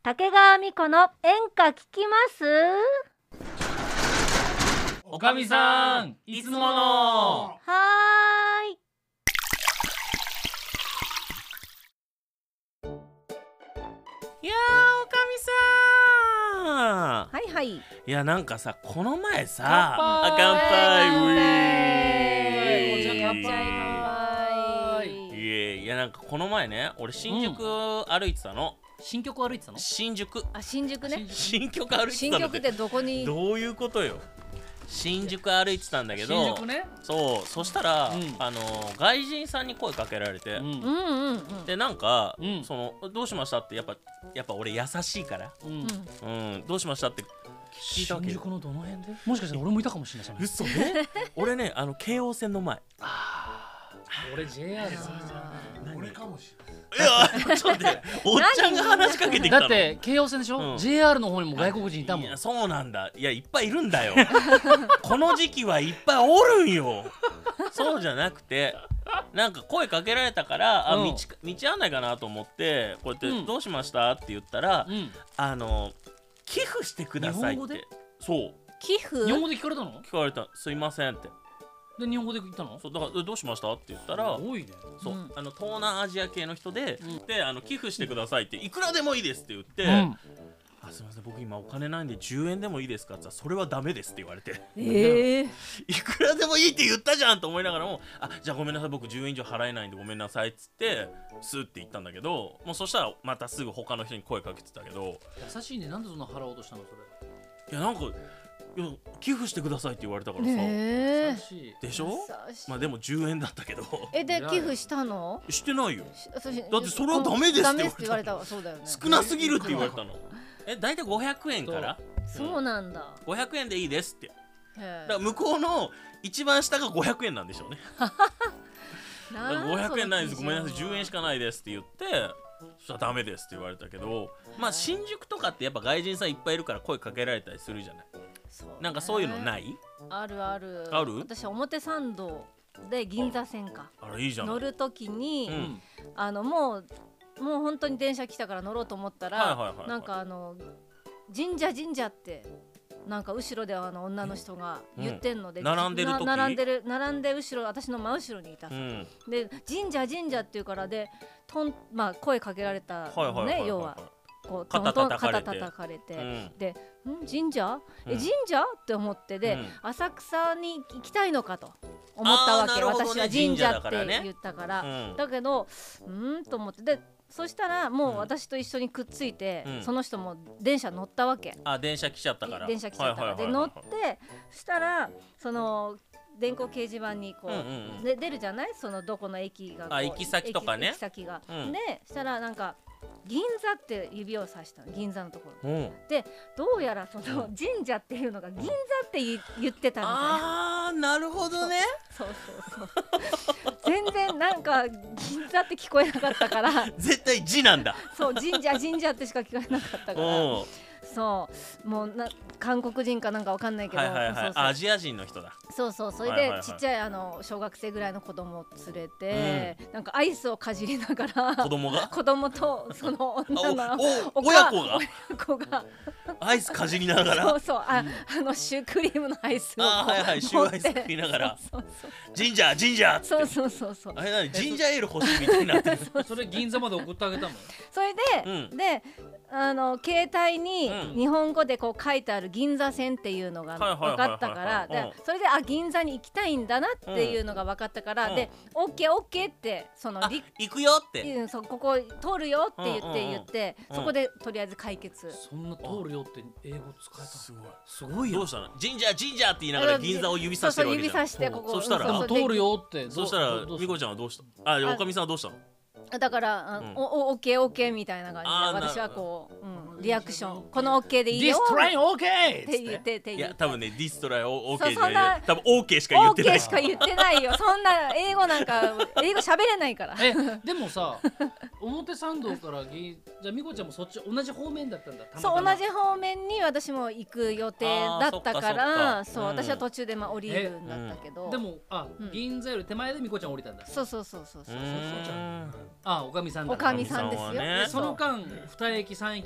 竹川美子の演歌聞きます。 おかみさんいつもの。 はーい。 いやー、おかみさん。 はいはい。 いや、なんかさ、この前さ、 乾杯乾杯ウィーお茶乾杯乾杯。 いや、なんかこの前ね、俺新宿歩いてたの。 新曲歩いてたの？ 新宿。 あ、新宿ね。 新曲歩いてたの新宿ってどこに？ どういうことよ。新宿歩いてたんだけど、 新宿ね。 そしたら、 うん外人さんに声かけられて、 うんうんうん。 でなんか、 うんどうしましたってやっぱ俺優しいから、どうしましたって聞いたわけよ。 新宿のどの辺で？もしかしたら俺もいたかもしれない。 嘘ね。俺ね、京王線の前。 俺 JR だ。 俺かもしれない。 いや、ちょっと待って、おっちゃんが話しかけてきたの。 だって京王線でしょ、 うん JR の方にも外国人いたもん。 いや、そうなんだ。いや、いっぱいいるんだよ。この時期はいっぱいおるんよ。そうじゃなくて、なんか声かけられたからうん道案内かなと思ってこうやってうんどうしましたって言ったら、 うん寄付してくださいって日本語で。 そう寄付？ 日本語で聞かれたの？ 聞かれた。すいませんって。 で日本語で言ったの？ そうだからどうしましたって言ったら、 多いね。 そう、 うん東南アジア系の人で、 うんで寄付してくださいっていくらでもいいですって言って、 うんあ、すみません、僕今お金ないんで10円でもいいですかって言ったら、それはダメですって言われて、いくらでもいいって言ったじゃんと思いながらも、あ、じゃあごめんなさい、僕10円以上払えないんでごめんなさいっつってスーって言ったんだけど、もうそしたらまたすぐ他の人に声かけてたけど、 優しいね。なんでそんな払おうとしたのそれ？ いやなんか、いや寄付してくださいって言われたからさ、 ね優しい。 でしょ。 え。 まあでも10円だったけどで寄付したの？ してないよ。 私だってそれはダメですって言われたダメですって言われたわ。そうだよね。 少なすぎるって言われたの。大体500円からそうなんだ。 500円でいいですって。 へだから向こうの一番下が500円なんでしょうね。 え。 だから500円ないです、ごめんなさい、10円しか。 かないですって言って、そしたらダメですって言われたけど、まあ新宿とかってやっぱ外人さんいっぱいいるから声かけられたりするじゃない。なんかそういうのない？ あるある。 ある？ 私表参道で銀座線かあら、いいじゃん。 乗るときに、 うんもう本当に電車来たから乗ろうと思ったら、 はいはいはいはいなんか神社ってなんか後ろで女の人が言ってんので、 並んでる時並んで後ろ、私の真後ろにいたさ、で神社って言うからでまあ声かけられたはいはいはいはい、 のね、要はこう肩トントン叩かれて肩叩かれて、 うんで神社うん神社って思ってで、 うん浅草に行きたいのかと思ったわけ、 あーなるほどね私は神社って神社だからね言ったから、 うんだけどと思ってで、そしたらもう私と一緒にくっついて、 うんその人も電車乗ったわけ、 あ、電車来ちゃったから。 電車来ちゃったから、で乗ってしたらその電光掲示板にこう、で出るじゃない、そのどこの駅がこうあ、行き先とかね行き先が、 うんでしたらなんか銀座って指を指したの、銀座のところうん。 で、どうやらその神社っていうのが銀座って言ってたみたいな、 あー、なるほどね。 そう全然なんか銀座って聞こえなかったから絶対字なんだ。 そう神社ってしか聞こえなかったから、 うん。 そうもう韓国人かなんかわかんないけど、 はいはいはい。 そうアジア人の人だ。 そうそれはいはいはいでちっちゃい小学生ぐらいの子供を連れて、なんかアイスをかじりながら子供が子供とその女の親子が子がアイスかじりながら。 そうシュークリームのアイスをあー、はいはい、シューアイス食いながら神社っつって。 そうあれ何、ジンジャーエール欲しいみたいになってる。 それ銀座まで送ってあげたの？ それで、で携帯に日本語でこう書いてある銀座線っていうのが分かったからで、それで銀座に行きたいんだなっていうのが分かったから、でオッケーってその行くよって。 ここ通るよって言って、そこでとりあえず解決。 そんな通るよって英語使えた？ すごい。 すごいよ。 どうしたの？神社って言いながら銀座を指さしてるわけじゃん。 指さしてここ。 そしたらでも通るよって。 そしたら美子ちゃんはどうした？おかみさんはどうしたの？ だからオッケーみたいな感じで私はこうリアクション、このオッケーでいいよ This train OK って言っていや多分ね、ディストライオーケーじそんな多分オーケーしか言ってない。 オーケーしか言ってないよ。そんな英語喋れないから。 でもさ、表参道からじゃあ美子ちゃんもそっち同じ方面だったんだ。 そう、同じ方面に私も行く予定だったから、そう、私は途中で降りるんだったけど。 でも銀座より手前で美子ちゃん降りたんだ。 そう。おかみさんだ。 おかみさんですよ。 おかみさんはねその間2駅3駅ぐらいあった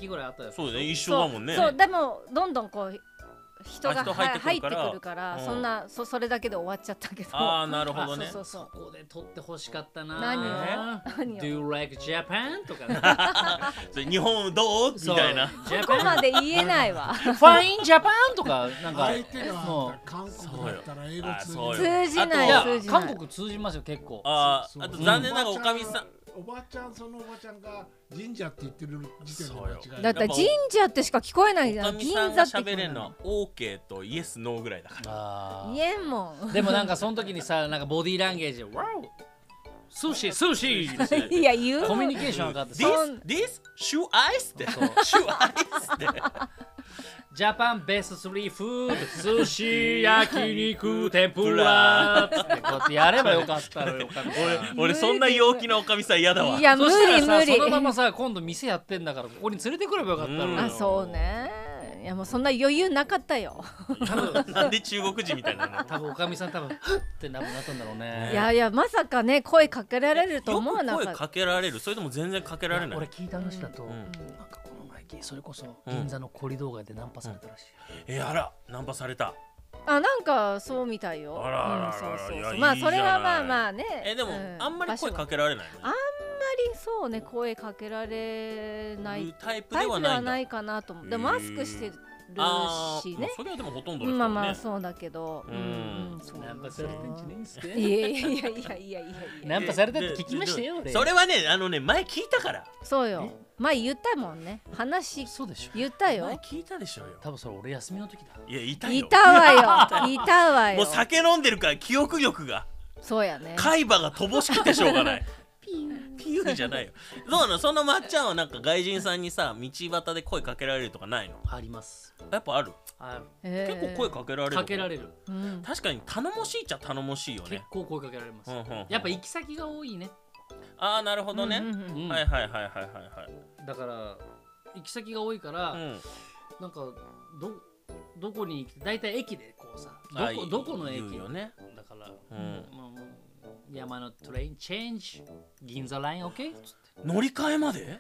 ったよ。 そうね、一緒だもんね。 そうでもどんどんこう人が人入ってく入ってくるからるからうんそんなそれだけで終わっちゃったけど。 ああ、なるほどね。 そうそうここで撮ってほしかったな。 何を何を Do you like Japan? とかね。 それ日本どうみたいな。 そこまで言えないわ。 Fine Japan? とかなんか相手もが韓国だったら英語通じそうよ通じないいや通じない。 韓国通じますよ結構。 そうあと残念ながらおかみさん。 おばちゃん、そのおばちゃんが神社って言ってる時点で間違いない。 だって神社ってしか聞こえないじゃん。 おかみ銀さんが座って聞こえない喋れるのは OK とイエスノーぐらいだから。 あ言えんもん。 でもなんかその時にさなんかボディーランゲージで「ワオ寿司寿司!」 いや言うコミュニケーション上がってさ This shoe ice ってそうシュアイスってジャパンベスト3フード寿司焼肉天ぷらってこうやってやればよかったのよ。 俺そんな陽気なおかみさん嫌だわ。 いや無そしたら理無理さそのままさ今度店やってんだからここに連れてくればよかったのよ。 あそうね。いやもうそんな余裕なかったよ。 なんで中国人みたいなの。 多分おかみさん多分ふってなったんだろうね。 いやいやまさかね声かけられると思わなかった。 よく声かけられる。それとも全然かけられない。 俺聞いた話だと、 んなんかこの前それこそ銀座のコリドー街でナンパされたらしい。 あらナンパされた。 あなんかそうみたいよ。 あらあらあらそうそういやそう。まあいいじゃないそれはまあまあね。 でもあんまり声かけられないの。 あんまりそうね声かけられないタイプタイプでではないんだ。 はないかなと思う。でもマスクしてるしね。 それはでもほとんどですまあからね。 まあそうだけど。そうナンパされてんじゃねえんすか。 いやいやいやいやいやいや。 ナンパされたって聞きましたよ俺。 それはね前聞いたから。 そうよ。前言ったもんね。話そうでしょ。 言ったよ。 前聞いたでしょうよ。 多分それ俺休みの時だ。 いやいたよ。 いたわよ。いたわよ。 もう酒飲んでるから記憶力がそうやね。 海馬が乏しくてしょうがない。ピューじゃないよ。どうなのそのまっちゃんはなんか外人さんにさ道端で声かけられるとかないの？ あります。 やっぱある。 あ結構声かけられる。 かけられる。 確かに頼もしいっちゃ頼もしいよ結ね。 構声かけられます。やっぱ行き先が多いね。 ああなるほどね。はいはいはいはいはいだから行き先が多いからなんかどこに大体駅でこうさどこの駅よね。 だから山のトレインチェンジ銀座ライン OK 乗り換えまで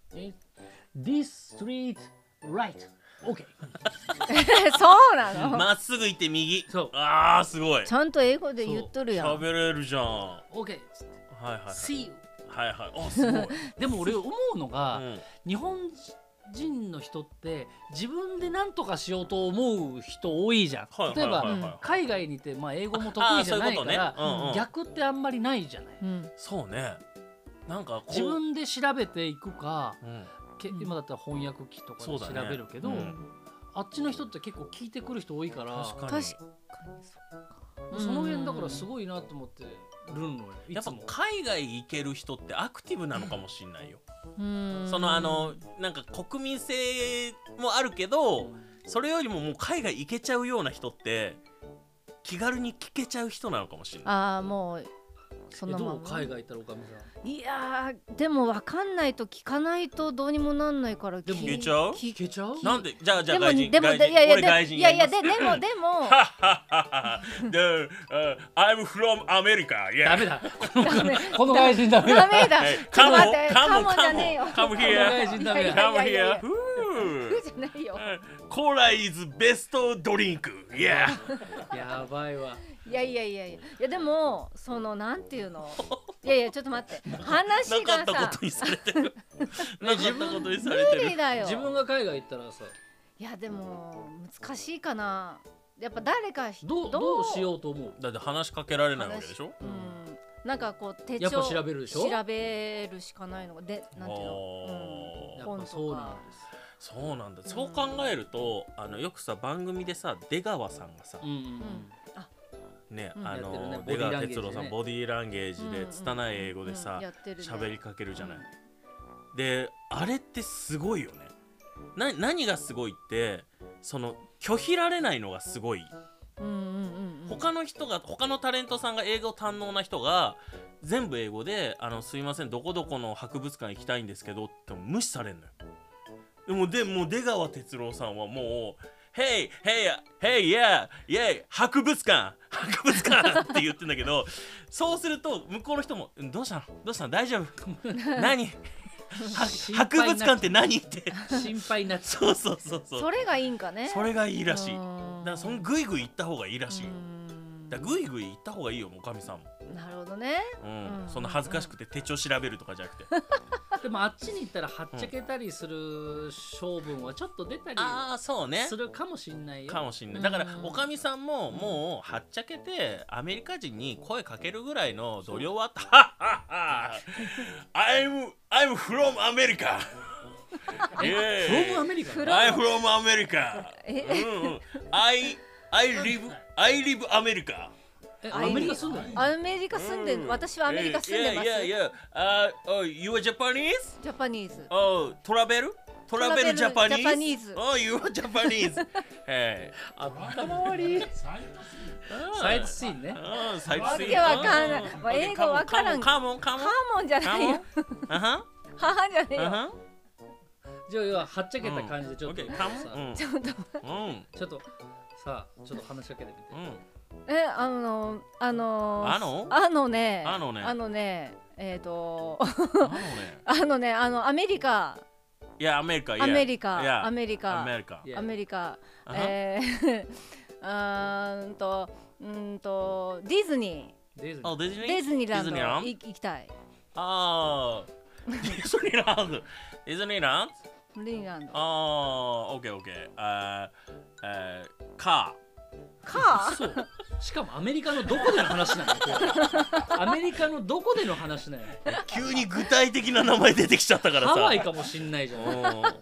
？This street right OK そうなの？ まっすぐ行って右。 そうああすごい。 ちゃんと英語で言っとるやん。 喋れるじゃん。は OK いはい。 See you はいはい。あすごい。 でも俺思うのが日本人の人って自分で何とかしようと思う人多いじゃん。例えば海外にいて英語も得意じゃないから逆ってあんまりないじゃない。 そうね。なんか自分で調べていくか今だったら翻訳機とかで調べるけどあっちの人って結構聞いてくる人多いから確かにその辺だからすごいなと思ってるのよ。 やっぱ海外行ける人ってアクティブなのかもしれないよ。そのなんか国民性もあるけどそれよりももう海外行けちゃうような人って気軽に聞けちゃう人なのかもしれない。 ああもうそのまま。 どう海外行ったらおかみさん。 いやでも分かんないと聞かないとどうにもなんないからでも聞けちゃう？ 聞けちゃう？ なんでじゃあ外人でも俺外人いやいやでも I'm from America ダメだこの外人ダメだ。ダメだ。 カモカモじゃねえよ。 カモ here 外人ダメだ。 カモ here ふじゃないよ。 コーラ is best drink yeah やばいわ。 いやでもそのなんていうのいやちょっと待って話がさなかったことにされてるなかったことにされてる。 無理だよ。 自分が海外行ったらさいやでも難しいかな。やっぱ誰かどうしようと思う？ だって話しかけられないわけでしょ。 なんかこう手帳やっぱ調べるでしょ？ 調べるしかないのでなんていうのやっぱそうなんです。 そうなんだ。そう考えるとよくさ番組でさ出川さんがさね出川哲朗さんボディーランゲージで拙い英語でさ喋りかけるじゃない。であれってすごいよね。何がすごいってその拒否られないのがすごい。他のタレントさんが英語堪能な人が全部英語ですいませんどこどこの博物館行きたいんですけどって無視されんのよ。もう出川哲朗さんはもうHey yeah 博物館って言ってんだけどそうすると向こうの人もどうしたの大丈夫何博物館って何って心配になっちゃう。そうそれがいいんかね。 それがいいらしい。だからそのグイグイ行った方がいいらしいよ。だからグイグイ行った方がいいよ、おかみさんも。 なるほどね。 そんな恥ずかしくて手帳調べるとかじゃなくて。 でもあっちに行ったらはっちゃけたりする性分はちょっと出たりするかもしんないよ。 かもしんない。だからおかみさんももうはっちゃけてアメリカ人に声かけるぐらいの度量はあった。I'm from America. From America? I'm from America. I live America. アメリカ住んでる？ アメリカ住んでる。私はアメリカ住んでます。 You are Japanese? Japanese. Travel Japanese? You are Japanese. 頭悪い。サイトシーンね。 わけわかんない。英語わからん。 カモンじゃないよ。母じゃねえよ。 じゃあ要ははっちゃけた感じでちょっとさ、ちょっとさ、ちょっと話しかけてみて。 アメリカ。 いや、アメリカ。 アメリカ。ディズニー。ディズニーランド行きたい。 ああ。ディズニーランド。オッケー。カー。しかもアメリカのどこでの話なの？アメリカのどこでの話なの？ 急に具体的な名前出てきちゃったからさ。 ハワイかもしんないじゃん。 なんか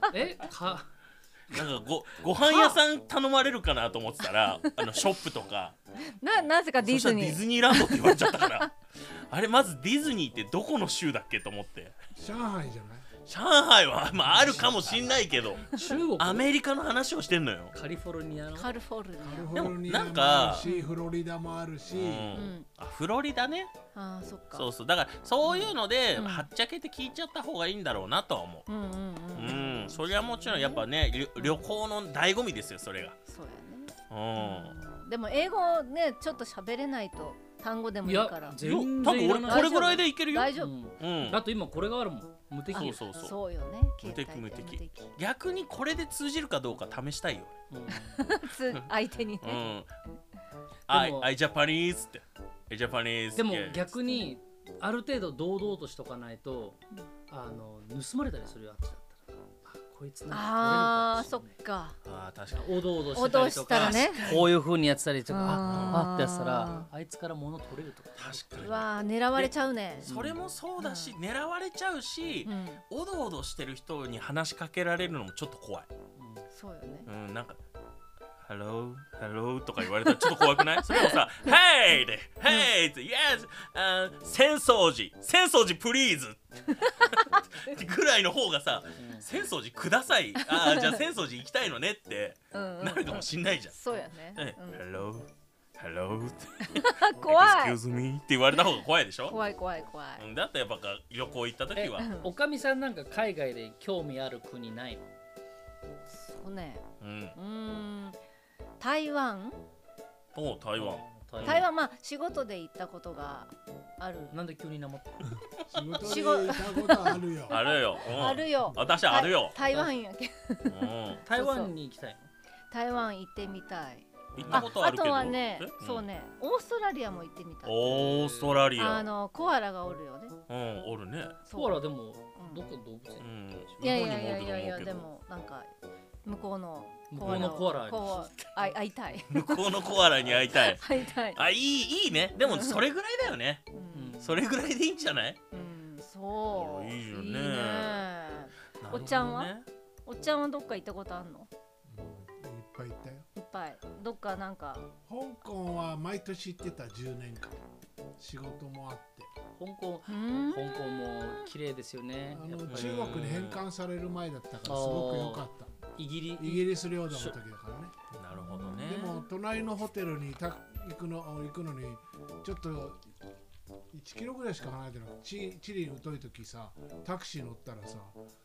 ご飯屋さん頼まれるかなと思ってたら、ショップとか。 なぜかディズニー。 ディズニーランドって言われちゃったから。あれまずディズニーってどこの州だっけと思って。 上海じゃない？ 上海はまああるかもしんないけど、 中国アメリカの話をしてんのよ。 カリフォルニアの。 カリフォルニアもあるし、フロリダもあるし。 フロリダね。 ああ、そっか。 そうだからそういうのではっちゃけて聞いちゃった方がいいんだろうなとは思う。それはもちろんやっぱね、旅行の醍醐味ですよ、それが。 そうやね。でも英語ね、ちょっと喋れないと単語でもいいから。 全然多分俺これぐらいでいけるよ。 大丈夫。 だって今これがあるもん。無敵。 そうよね。 無敵。逆にこれで通じるかどうか試したいよ。 相手にね。 I Japanese って。 でも逆にある程度堂々としとかないと盗まれたりするやつだったら、こいつなんか取れるかもしれない。そっか。 確かに。 おどおどしたりとか、こういう風にやってたりとか、ってやったらあいつから物取れるとか。 確かに。 わあ、狙われちゃうね。 それもそうだし、狙われちゃうし、おどおどしてる人に話しかけられるのもちょっと怖い。 そうよね。 なんかHello とか言われたらちょっと怖くない？それもさ、Hey! Yes! 浅草寺 please! ぐらいの方がさ、浅草寺ください。じゃあ浅草寺行きたいのねってなるかもしんないじゃん。 そうやね。 Hello 怖い。 Excuse me って言われた方が怖いでしょ？ 怖い。 だってやっぱ旅行行った時は。 おかみさんなんか海外で興味ある国ないの？ そうね。台湾、まあ仕事で行ったことがある。 なんで急に名前？ 仕事で行ったことあるよ。 あるよ。私あるよ。 台湾やけ。 台湾に行きたいの？ 台湾行ってみたい。 行ったことあるけど。 あとはね、そうね、オーストラリアも行ってみたい。 オーストラリア。 コアラがおるよね。 おるね。 コアラでもどこ動物園？ いやでもなんか向こうのコアラ会いたい。 向こうのコアラに会いたい。いいね。でもそれぐらいだよね。それぐらいでいいんじゃない？ そう。 いいよね。 おっちゃんはどっか行ったことあんの？ いっぱい行ったよ。 いっぱい。どっかなんか。 香港は毎年行ってた10年間。仕事もあって。 香港も綺麗ですよね。 中国に返還される前だったからすごく良かった。イギリス領土の時だからね。 なるほどね。 でも隣のホテルに行くのにちょっと1キロぐらいしか離れてなくて、チリに疎い時さ、タクシー乗ったらさ、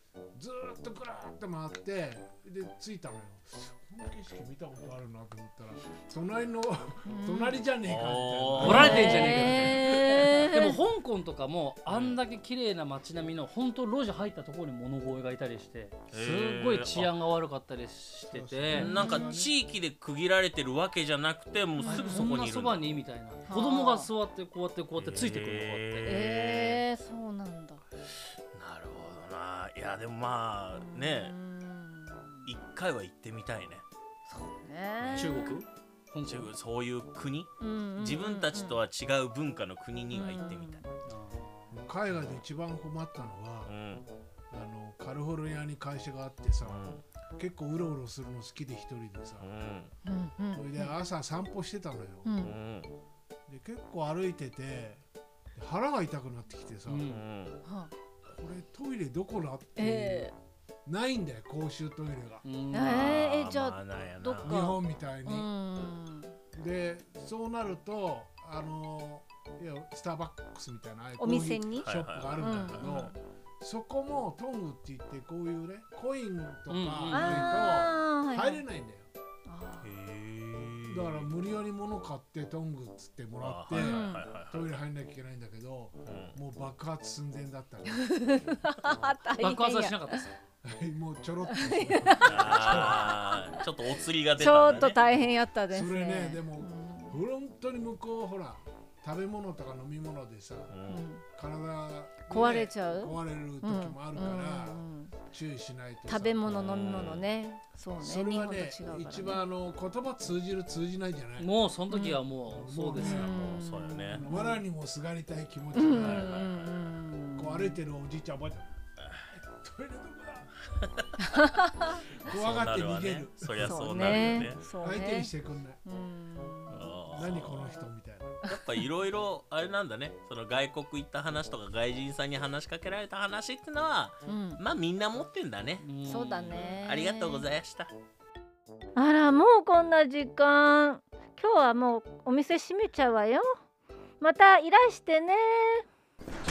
ずーっとぐるーっと回ってで着いたのよ。この景色見たことあるなと思ったら隣じゃねえかみたいな。 取られてんじゃねえか。でも香港とかもあんだけ綺麗な街並みの本当路地入ったところに物乞いがいたりしてすごい治安が悪かったりしてて、 なんか地域で区切られてるわけじゃなくてもうすぐそこにいるんだ。 そんなそばにみたいな。子供が座ってこうやってついてくるのがあって。 そうなんだ。 なるほどな。いやでもまあね、一回は行ってみたいね。 そうね。 中国そういう国、自分たちとは違う文化の国には行ってみたい。 海外で一番困ったのは、カリフォルニアに会社があってさ、結構うろうろするの好きで一人でさ、それで朝散歩してたのよ。で結構歩いてて腹が痛くなってきてさ、これトイレどこだってないんだよ、公衆トイレが。 じゃあどっか日本みたいに。でそうなるとスターバックスみたいなお店にショップがあるんだけど、そこもトングって言ってこういうねコインとかないと入れないんだよ。だから無理やり物買ってトングっつってもらってトイレ入んなきゃいけないんだけど、もう爆発寸前だったね。 爆発はしなかったです。 もうちょろっとちょっとお釣りが出たんだね。 ちょっと大変やったですね。 それね、でも本当に向こうほら食べ物とか飲み物でさ、体壊れちゃう壊れる時もあるから注意しないと。 食べ物飲み物ね。そうね。 それはね一番言葉通じる通じないじゃない。 もうその時はもうそうですよ。 そうよね。 わらにもすがりたい気持ちがある。こう歩いてるおじいちゃんおばあちゃん、トイレどこだ怖がって逃げる。 そりゃそうなるよね。 相手にしてくんない。何この人みたいな。 やっぱいろいろあれなんだね。その外国行った話とか外人さんに話しかけられた話ってのは、まあみんな持ってんだね。 そうだね。 ありがとうございました。 あら、もうこんな時間。今日はもうお店閉めちゃうわよ。またいらしてね。